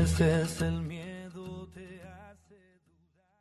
veces el miedo te hace dudar.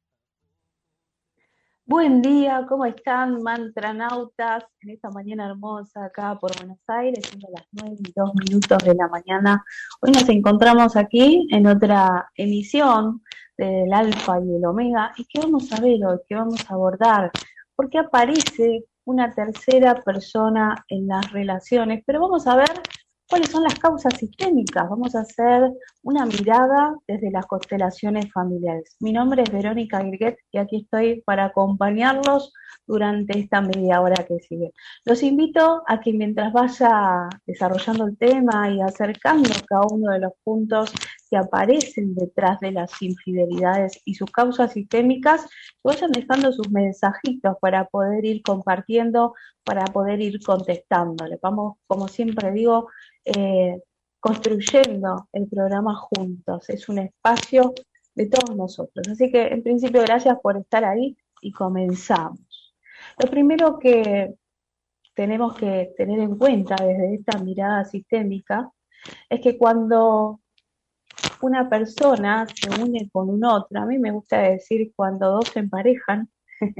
Buen día, ¿cómo están, mantranautas? En esta mañana hermosa acá por Buenos Aires, siendo las 9:02 de la mañana. Hoy nos encontramos aquí en otra emisión del Alfa y el Omega. ¿Y qué vamos a ver hoy? ¿Qué vamos a abordar? Porque aparece una tercera persona en las relaciones, pero vamos a ver cuáles son las causas sistémicas. Vamos a hacer una mirada desde las constelaciones familiares. Mi nombre es Verónica Guirguet y aquí estoy para acompañarlos durante esta media hora que sigue. Los invito a que mientras vaya desarrollando el tema y acercando cada uno de los puntos que aparecen detrás de las infidelidades y sus causas sistémicas, vayan dejando sus mensajitos para poder ir compartiendo, para poder ir contestándole. Vamos, como siempre digo, eh, construyendo el programa juntos. Es un espacio de todos nosotros. Así que, en principio, gracias por estar ahí y comenzamos. Lo primero que tenemos que tener en cuenta desde esta mirada sistémica es que cuando una persona se une con un otro, a mí me gusta decir cuando dos se emparejan,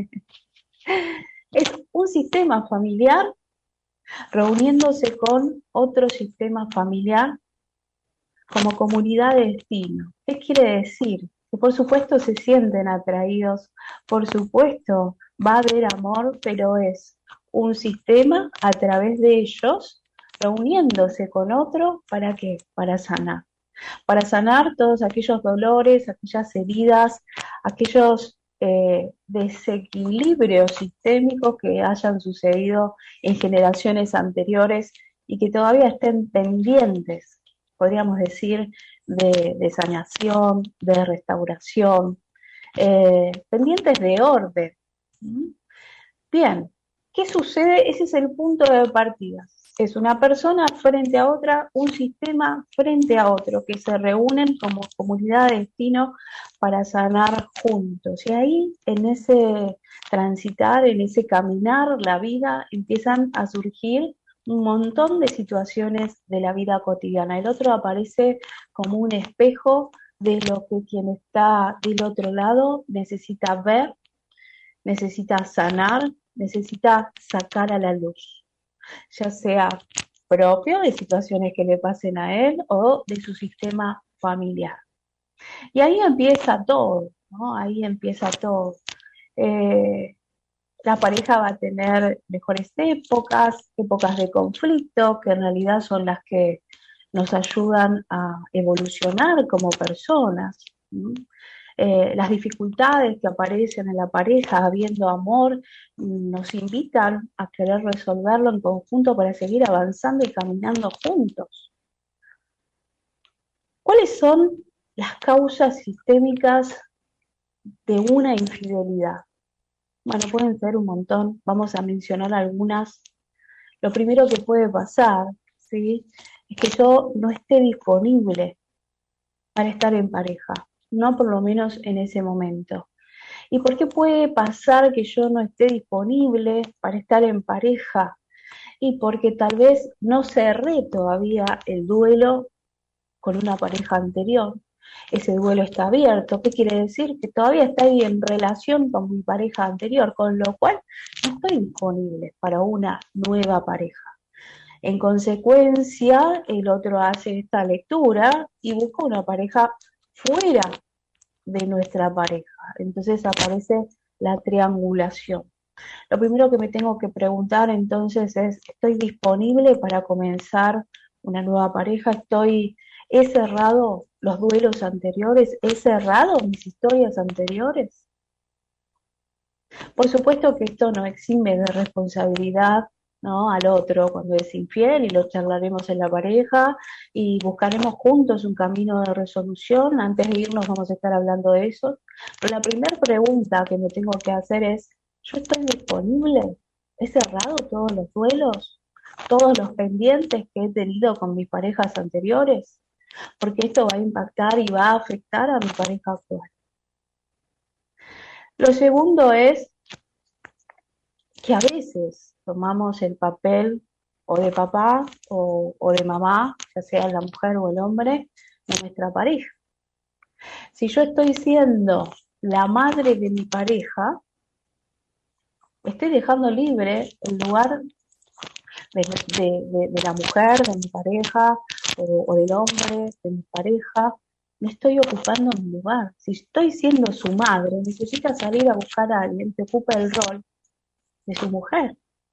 es un sistema familiar reuniéndose con otro sistema familiar como comunidad de destino. ¿Qué quiere decir? Que por supuesto se sienten atraídos, por supuesto va a haber amor, pero es un sistema a través de ellos reuniéndose con otro, ¿para qué? Para sanar todos aquellos dolores, aquellas heridas, aquellos desequilibrios sistémicos que hayan sucedido en generaciones anteriores y que todavía estén pendientes, podríamos decir, de sanación, de restauración, pendientes de orden. ¿Mm? Bien, ¿qué sucede? Ese es el punto de partida. Es una persona frente a otra, un sistema frente a otro, que se reúnen como comunidad de destino para sanar juntos. Y ahí, en ese transitar, en ese caminar, la vida, empiezan a surgir un montón de situaciones de la vida cotidiana. El otro aparece como un espejo de lo que quien está del otro lado necesita ver, necesita sanar, necesita sacar a la luz, ya sea propio de situaciones que le pasen a él o de su sistema familiar. Y ahí empieza todo, ¿no? Ahí empieza todo. Eh, la pareja va a tener mejores épocas, épocas de conflicto, que en realidad son las que nos ayudan a evolucionar como personas. ¿Sí? Las dificultades que aparecen en la pareja, habiendo amor, nos invitan a querer resolverlo en conjunto para seguir avanzando y caminando juntos. ¿Cuáles son las causas sistémicas de una infidelidad? Bueno, pueden ser un montón, vamos a mencionar algunas. Lo primero que puede pasar, ¿sí?, es que yo no esté disponible para estar en pareja, no por lo menos en ese momento. ¿Y por qué puede pasar que yo no esté disponible para estar en pareja? Y porque tal vez no cerré todavía el duelo con una pareja anterior. Ese duelo está abierto. ¿Qué quiere decir? Que todavía estoy en relación con mi pareja anterior, con lo cual no estoy disponible para una nueva pareja. En consecuencia, el otro hace esta lectura y busca una pareja fuera de nuestra pareja. Entonces aparece la triangulación. Lo primero que me tengo que preguntar entonces es, ¿estoy disponible para comenzar una nueva pareja? ¿He cerrado los duelos anteriores? ¿He cerrado mis historias anteriores? Por supuesto que esto no exime de responsabilidad, ¿no?, al otro cuando es infiel, y lo charlaremos en la pareja y buscaremos juntos un camino de resolución. Antes de irnos vamos a estar hablando de eso. Pero la primera pregunta que me tengo que hacer es, ¿yo estoy disponible? ¿He cerrado todos los duelos? ¿Todos los pendientes que he tenido con mis parejas anteriores? Porque esto va a impactar y va a afectar a mi pareja actual. Lo segundo es que a veces tomamos el papel o de papá o de mamá, ya sea la mujer o el hombre, de nuestra pareja. Si yo estoy siendo la madre de mi pareja, estoy dejando libre el lugar de la mujer, de mi pareja, o del hombre, de mi pareja. No estoy ocupando mi lugar. Si estoy siendo su madre, necesita salir a buscar a alguien que ocupe el rol de su mujer.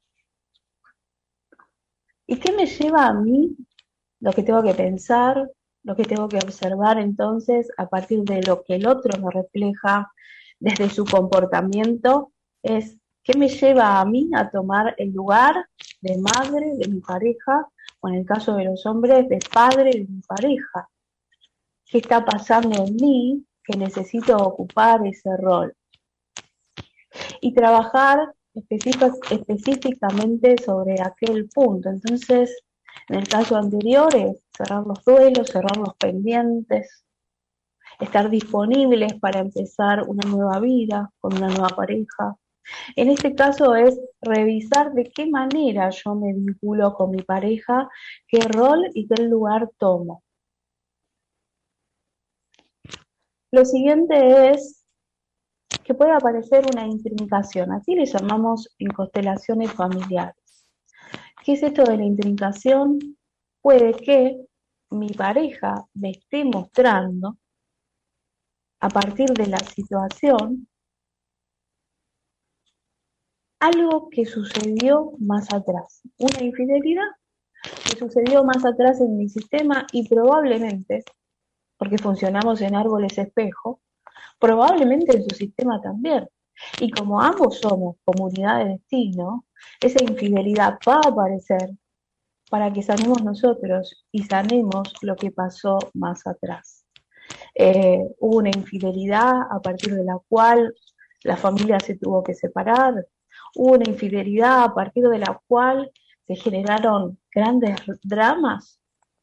¿Y qué me lleva a mí? Lo que tengo que pensar, lo que tengo que observar entonces a partir de lo que el otro me refleja desde su comportamiento es qué me lleva a mí a tomar el lugar de madre de mi pareja, o en el caso de los hombres, de padre de mi pareja. ¿Qué está pasando en mí que necesito ocupar ese rol? Y trabajar específicamente sobre aquel punto. Entonces, en el caso anterior es cerrar los duelos, cerrar los pendientes, estar disponibles para empezar una nueva vida con una nueva pareja. En este caso es revisar de qué manera yo me vinculo con mi pareja, qué rol y qué lugar tomo. Lo siguiente es que puede aparecer una intrincación, así le llamamos en constelaciones familiares. ¿Qué es esto de la intrincación? Puede que mi pareja me esté mostrando, a partir de la situación, algo que sucedió más atrás, una infidelidad que sucedió más atrás en mi sistema y probablemente, porque funcionamos en árboles espejo, probablemente en su sistema también. Y como ambos somos comunidad de destino, esa infidelidad va a aparecer para que sanemos nosotros y sanemos lo que pasó más atrás. Hubo una infidelidad a partir de la cual la familia se tuvo que separar, hubo una infidelidad a partir de la cual se generaron grandes dramas,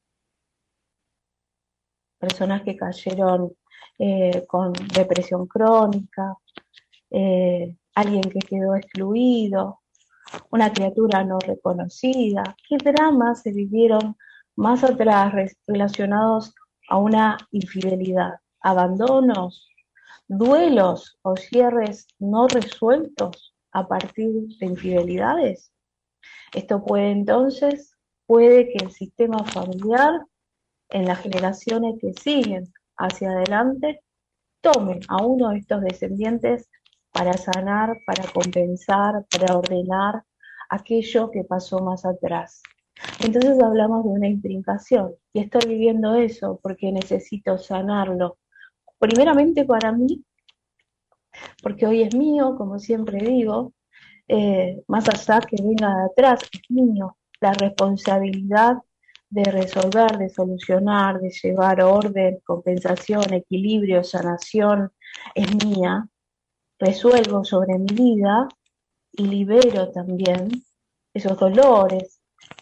personas que cayeron con depresión crónica, alguien que quedó excluido, una criatura no reconocida. ¿Qué dramas se vivieron más atrás relacionados a una infidelidad? ¿Abandonos, duelos o cierres no resueltos a partir de infidelidades? Esto puede que el sistema familiar en las generaciones que siguen hacia adelante tome a uno de estos descendientes para sanar, para compensar, para ordenar aquello que pasó más atrás. Entonces hablamos de una intrincación y estoy viviendo eso porque necesito sanarlo. Primeramente para mí, porque hoy es mío, como siempre digo, más allá que venga de atrás, es mío. La responsabilidad de resolver, de solucionar, de llevar orden, compensación, equilibrio, sanación, es mía. Resuelvo sobre mi vida y libero también esos dolores,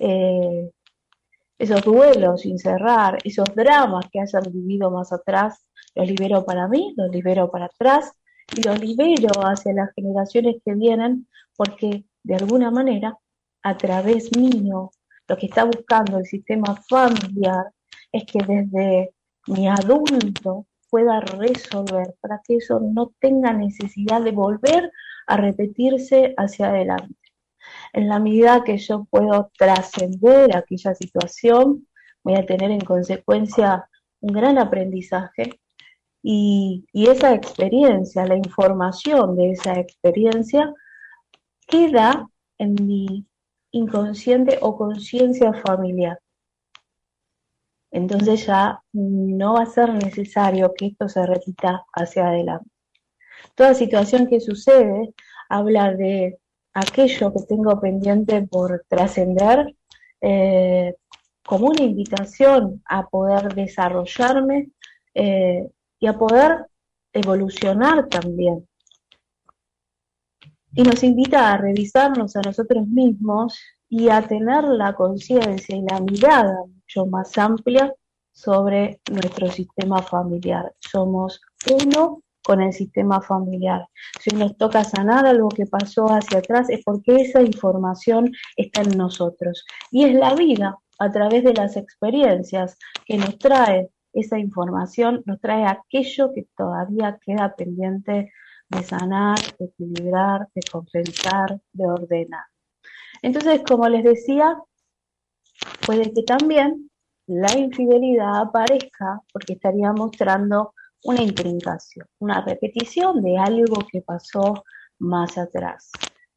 esos duelos sin cerrar, esos dramas que hayan vivido más atrás, los libero para mí, los libero para atrás y los libero hacia las generaciones que vienen, porque de alguna manera, a través mío, lo que está buscando el sistema familiar es que desde mi adulto pueda resolver para que eso no tenga necesidad de volver a repetirse hacia adelante. En la medida que yo puedo trascender aquella situación, voy a tener en consecuencia un gran aprendizaje y esa experiencia, la información de esa experiencia, queda en mi inconsciente o conciencia familiar. Entonces ya no va a ser necesario que esto se repita hacia adelante. Toda situación que sucede habla de aquello que tengo pendiente por trascender, como una invitación a poder desarrollarme y a poder evolucionar también. Y nos invita a revisarnos a nosotros mismos y a tener la conciencia y la mirada mucho más amplia sobre nuestro sistema familiar. Somos uno con el sistema familiar. Si nos toca sanar algo que pasó hacia atrás es porque esa información está en nosotros. Y es la vida, a través de las experiencias, que nos trae esa información, nos trae aquello que todavía queda pendiente de sanar, de equilibrar, de compensar, de ordenar. Entonces, como les decía, puede que también la infidelidad aparezca porque estaría mostrando una intrincación, una repetición de algo que pasó más atrás.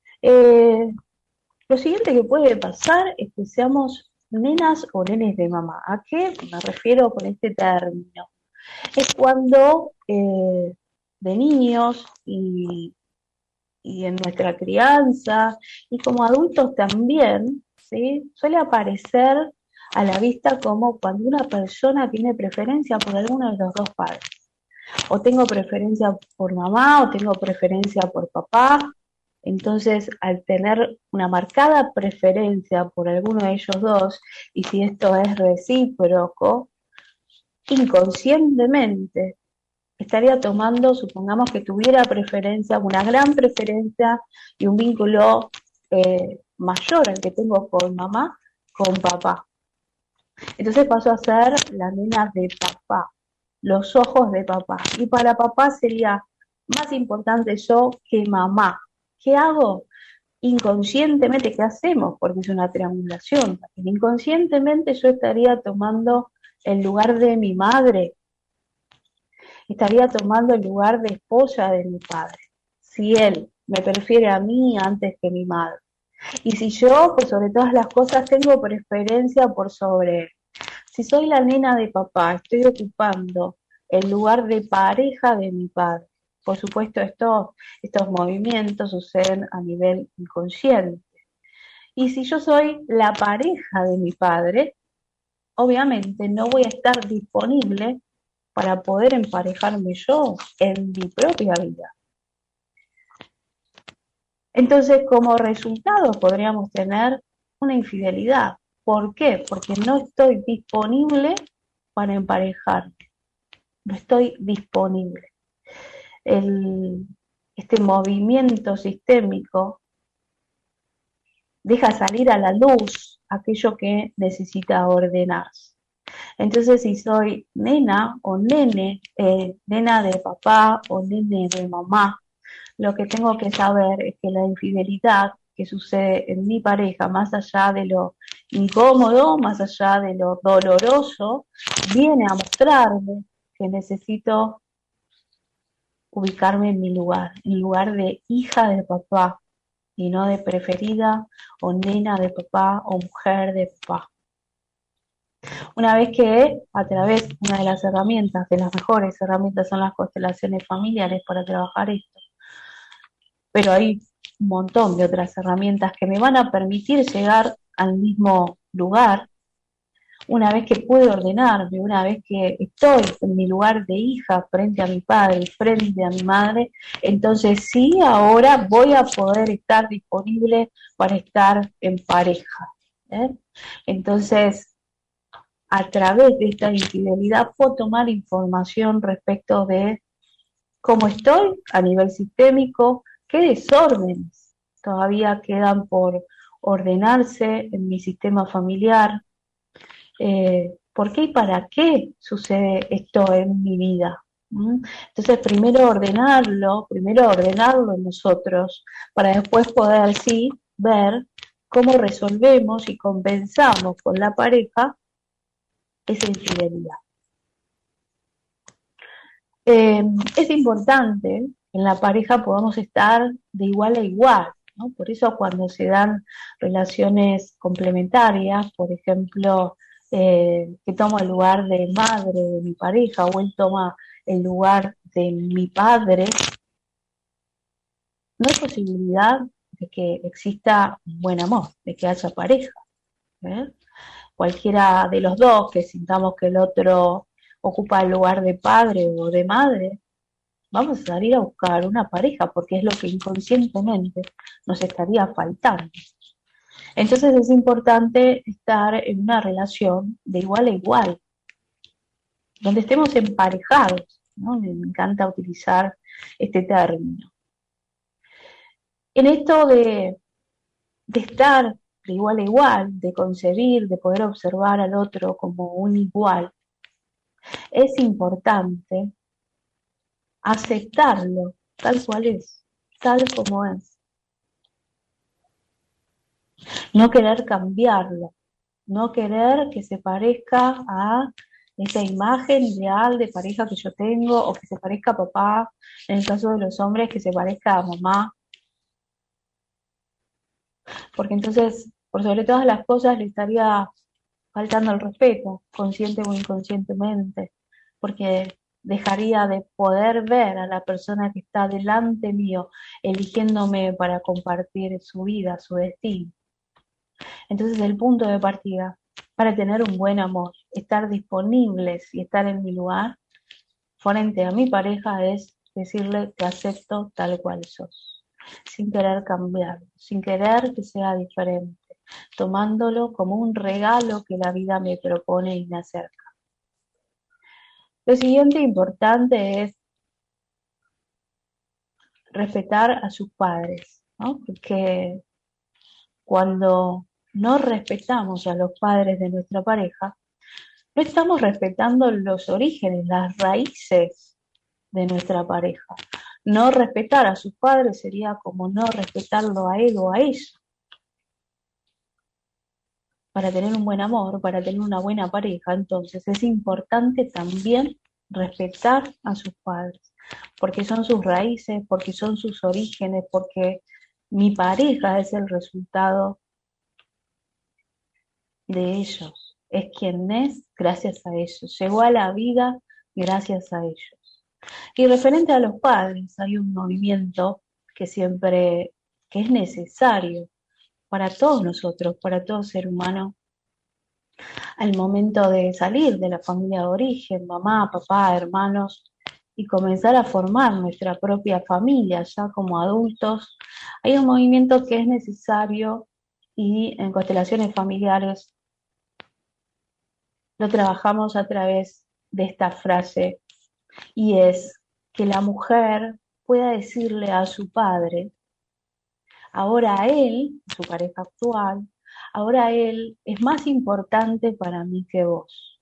Lo siguiente que puede pasar es que seamos nenas o nenes de mamá. ¿A qué me refiero con este término? Es cuando de niños y en nuestra crianza y como adultos también, ¿sí? Suele aparecer a la vista como cuando una persona tiene preferencia por alguno de los dos padres. O tengo preferencia por mamá o tengo preferencia por papá. Entonces, al tener una marcada preferencia por alguno de ellos dos, y si esto es recíproco, inconscientemente estaría tomando, supongamos que tuviera preferencia, una gran preferencia y un vínculo mayor al que tengo con mamá, con papá. Entonces paso a ser la nena de papá, los ojos de papá. Y para papá sería más importante yo que mamá. ¿Qué hago? Inconscientemente, ¿qué hacemos? Porque es una triangulación. Inconscientemente yo estaría tomando el lugar de mi madre, estaría tomando el lugar de esposa de mi padre, si él me prefiere a mí antes que mi madre. Y si yo, por sobre todas las cosas, tengo preferencia por sobre él. Si soy la nena de papá, estoy ocupando el lugar de pareja de mi padre. Por supuesto, estos movimientos suceden a nivel inconsciente. Y si yo soy la pareja de mi padre, obviamente no voy a estar disponible para poder emparejarme yo en mi propia vida. Entonces, como resultado podríamos tener una infidelidad. ¿Por qué? Porque no estoy disponible para emparejarme. No estoy disponible. Este movimiento sistémico deja salir a la luz aquello que necesita ordenarse. Entonces, si soy nena o nene, nena de papá o nene de mamá, lo que tengo que saber es que la infidelidad que sucede en mi pareja, más allá de lo incómodo, más allá de lo doloroso, viene a mostrarme que necesito ubicarme en mi lugar, en lugar de hija de papá y no de preferida o nena de papá o mujer de papá. Una vez que a través, una de las herramientas, de las mejores herramientas son las constelaciones familiares para trabajar esto, pero hay un montón de otras herramientas que me van a permitir llegar al mismo lugar. Una vez que puedo ordenarme, una vez que estoy en mi lugar de hija frente a mi padre, frente a mi madre, entonces sí, ahora voy a poder estar disponible para estar en pareja. Entonces, a través de esta infidelidad puedo tomar información respecto de cómo estoy a nivel sistémico, qué desórdenes todavía quedan por ordenarse en mi sistema familiar, por qué y para qué sucede esto en mi vida. Entonces, primero ordenarlo en nosotros, para después poder sí ver cómo resolvemos y compensamos con la pareja esa infidelidad. Es importante que en la pareja podamos estar de igual a igual, ¿no? Por eso cuando se dan relaciones complementarias, por ejemplo, que tomo el lugar de madre de mi pareja o él toma el lugar de mi padre, no hay posibilidad de que exista un buen amor, de que haya pareja. Cualquiera de los dos que sintamos que el otro ocupa el lugar de padre o de madre, vamos a salir a buscar una pareja porque es lo que inconscientemente nos estaría faltando. Entonces es importante estar en una relación de igual a igual, donde estemos emparejados, ¿no? Me encanta utilizar este término. En esto de estar de igual a igual, de concebir, de poder observar al otro como un igual, Es importante aceptarlo tal cual es, tal como es. No querer cambiarlo, no querer que se parezca a esa imagen ideal de pareja que yo tengo o que se parezca a papá, en el caso de los hombres que se parezca a mamá, porque entonces, por sobre todas las cosas, le estaría faltando el respeto, consciente o inconscientemente, porque dejaría de poder ver a la persona que está delante mío, eligiéndome para compartir su vida, su destino. Entonces el punto de partida para tener un buen amor, estar disponibles y estar en mi lugar frente a mi pareja es decirle te acepto tal cual sos, sin querer cambiarlo, sin querer que sea diferente, tomándolo como un regalo que la vida me propone y me acerca. Lo siguiente importante es respetar a sus padres, ¿no? Porque cuando no respetamos a los padres de nuestra pareja, no estamos respetando los orígenes, las raíces de nuestra pareja. No respetar a sus padres sería como no respetarlo a él o a ella. Para tener un buen amor, para tener una buena pareja, entonces es importante también respetar a sus padres, porque son sus raíces, porque son sus orígenes, porque mi pareja es el resultado de ellos, es quien es gracias a ellos, llegó a la vida gracias a ellos. Y referente a los padres, hay un movimiento que siempre, que es necesario para todos nosotros, para todo ser humano, al momento de salir de la familia de origen, mamá, papá, hermanos, y comenzar a formar nuestra propia familia ya como adultos, hay un movimiento que es necesario y en constelaciones familiares lo trabajamos a través de esta frase, y es que la mujer pueda decirle a su padre, ahora a él, su pareja actual, ahora él es más importante para mí que vos.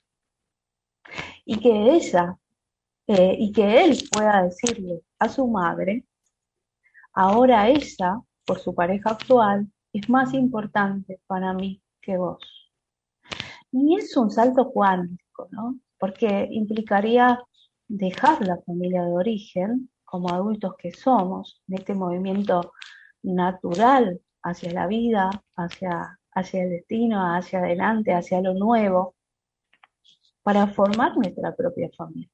Y que ella, y que él pueda decirle a su madre, ahora ella, por su pareja actual, es más importante para mí que vos. Y es un salto cuántico, ¿no? Porque implicaría dejar la familia de origen, como adultos que somos, en este movimiento natural hacia la vida, hacia el destino, hacia adelante, hacia lo nuevo, para formar nuestra propia familia.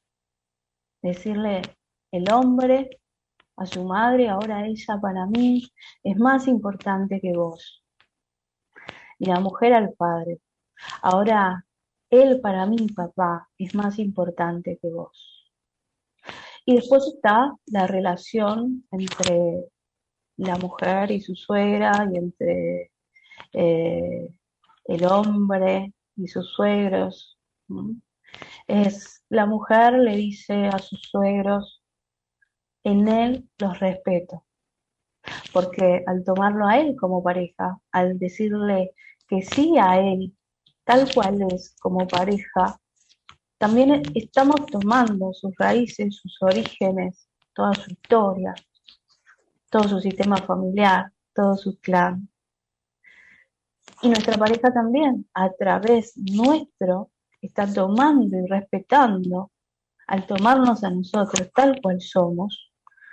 Decirle el hombre a su madre, ahora ella para mí es más importante que vos. Y la mujer al padre, ahora él para mí, papá, es más importante que vos. Y después está la relación entre la mujer y su suegra y entre eh, el hombre y sus suegros. ¿No? Es la mujer le dice a sus suegros, en él los respeto, porque al tomarlo a él como pareja, al decirle que sí a él, tal cual es como pareja, también estamos tomando sus raíces, sus orígenes, toda su historia, todo su sistema familiar, todo su clan. Y nuestra pareja también, a través nuestro, está tomando y respetando, al tomarnos a nosotros tal cual somos,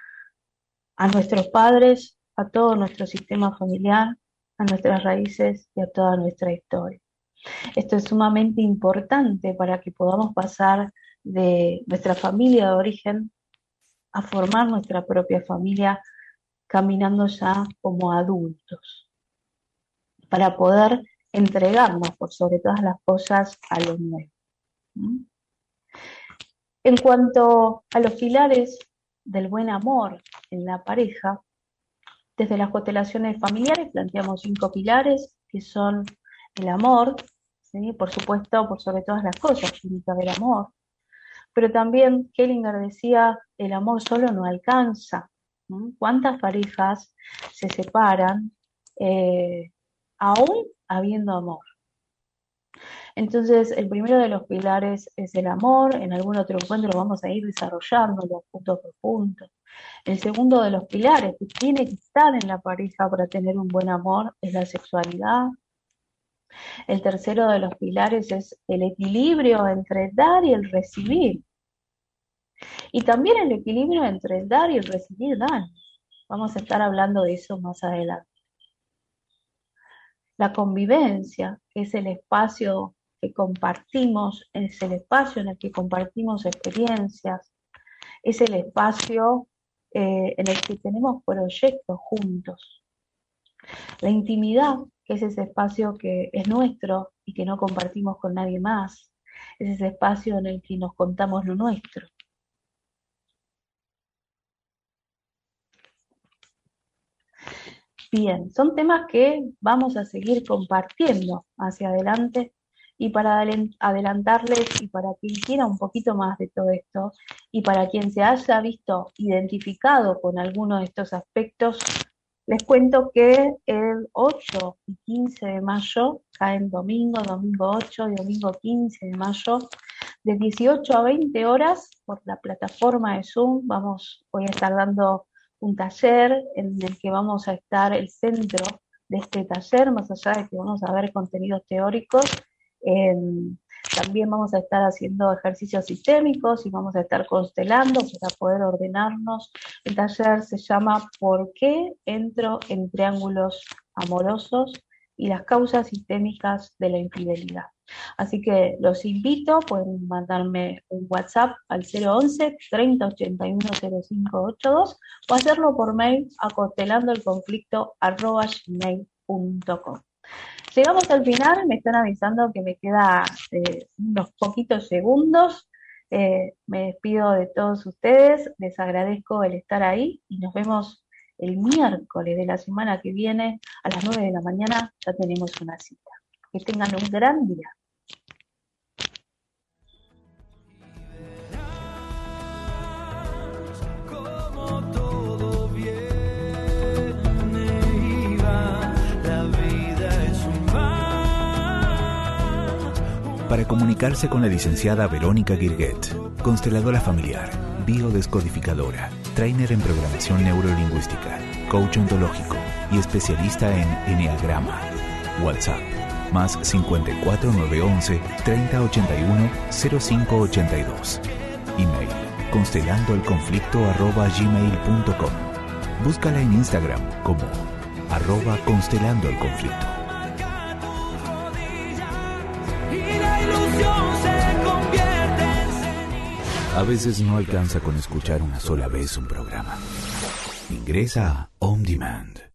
a nuestros padres, a todo nuestro sistema familiar, a nuestras raíces y a toda nuestra historia. Esto es sumamente importante para que podamos pasar de nuestra familia de origen a formar nuestra propia familia caminando ya como adultos, para poder entregarnos por sobre todas las cosas a lo nuevo. En cuanto a los pilares del buen amor en la pareja, desde las constelaciones familiares planteamos 5 pilares que son el amor, ¿sí? Por supuesto, por sobre todas las cosas tiene que haber amor, pero también Hellinger decía, el amor solo no alcanza. ¿No? ¿Cuántas parejas se separan aún habiendo amor? Entonces, el primero de los pilares es el amor. En algún otro encuentro vamos a ir desarrollándolo punto por punto. El segundo de los pilares que tiene que estar en la pareja para tener un buen amor es la sexualidad. El tercero de los pilares es el equilibrio entre el dar y el recibir. Y también el equilibrio entre el dar y el recibir daño. Vamos a estar hablando de eso más adelante. La convivencia, que es el espacio que compartimos, es el espacio en el que compartimos experiencias, es el espacio en el que tenemos proyectos juntos. La intimidad, que es ese espacio que es nuestro y que no compartimos con nadie más, es ese espacio en el que nos contamos lo nuestro. Bien, son temas que vamos a seguir compartiendo hacia adelante, y para adelantarles y para quien quiera un poquito más de todo esto y para quien se haya visto identificado con alguno de estos aspectos, les cuento que el 8 y 15 de mayo, caen domingo 8 y domingo 15 de mayo, de 18 a 20 horas por la plataforma de Zoom, voy a estar dando un taller en el que vamos a estar el centro de este taller, más allá de que vamos a ver contenidos teóricos, también vamos a estar haciendo ejercicios sistémicos y vamos a estar constelando para poder ordenarnos. El taller se llama ¿Por qué entro en triángulos amorosos y las causas sistémicas de la infidelidad? Así que los invito, pueden mandarme un WhatsApp al 011 30 81 0582 o hacerlo por mail a constelandoelconflicto@gmail.com. Llegamos al final, me están avisando que me queda unos poquitos segundos. Me despido de todos ustedes, les agradezco el estar ahí y nos vemos el miércoles de la semana que viene a las 9 de la mañana, ya tenemos una cita. Que tengan un gran día. Para comunicarse con la licenciada Verónica Guirguet, consteladora familiar, biodescodificadora, trainer en programación neurolingüística, coach ontológico y especialista en eneagrama. WhatsApp, más 54 911 30 81 0582. Email, constelandoelconflicto@gmail.com. Búscala en Instagram como @constelandoelconflicto. A veces no alcanza con escuchar una sola vez un programa. Ingresa a On Demand.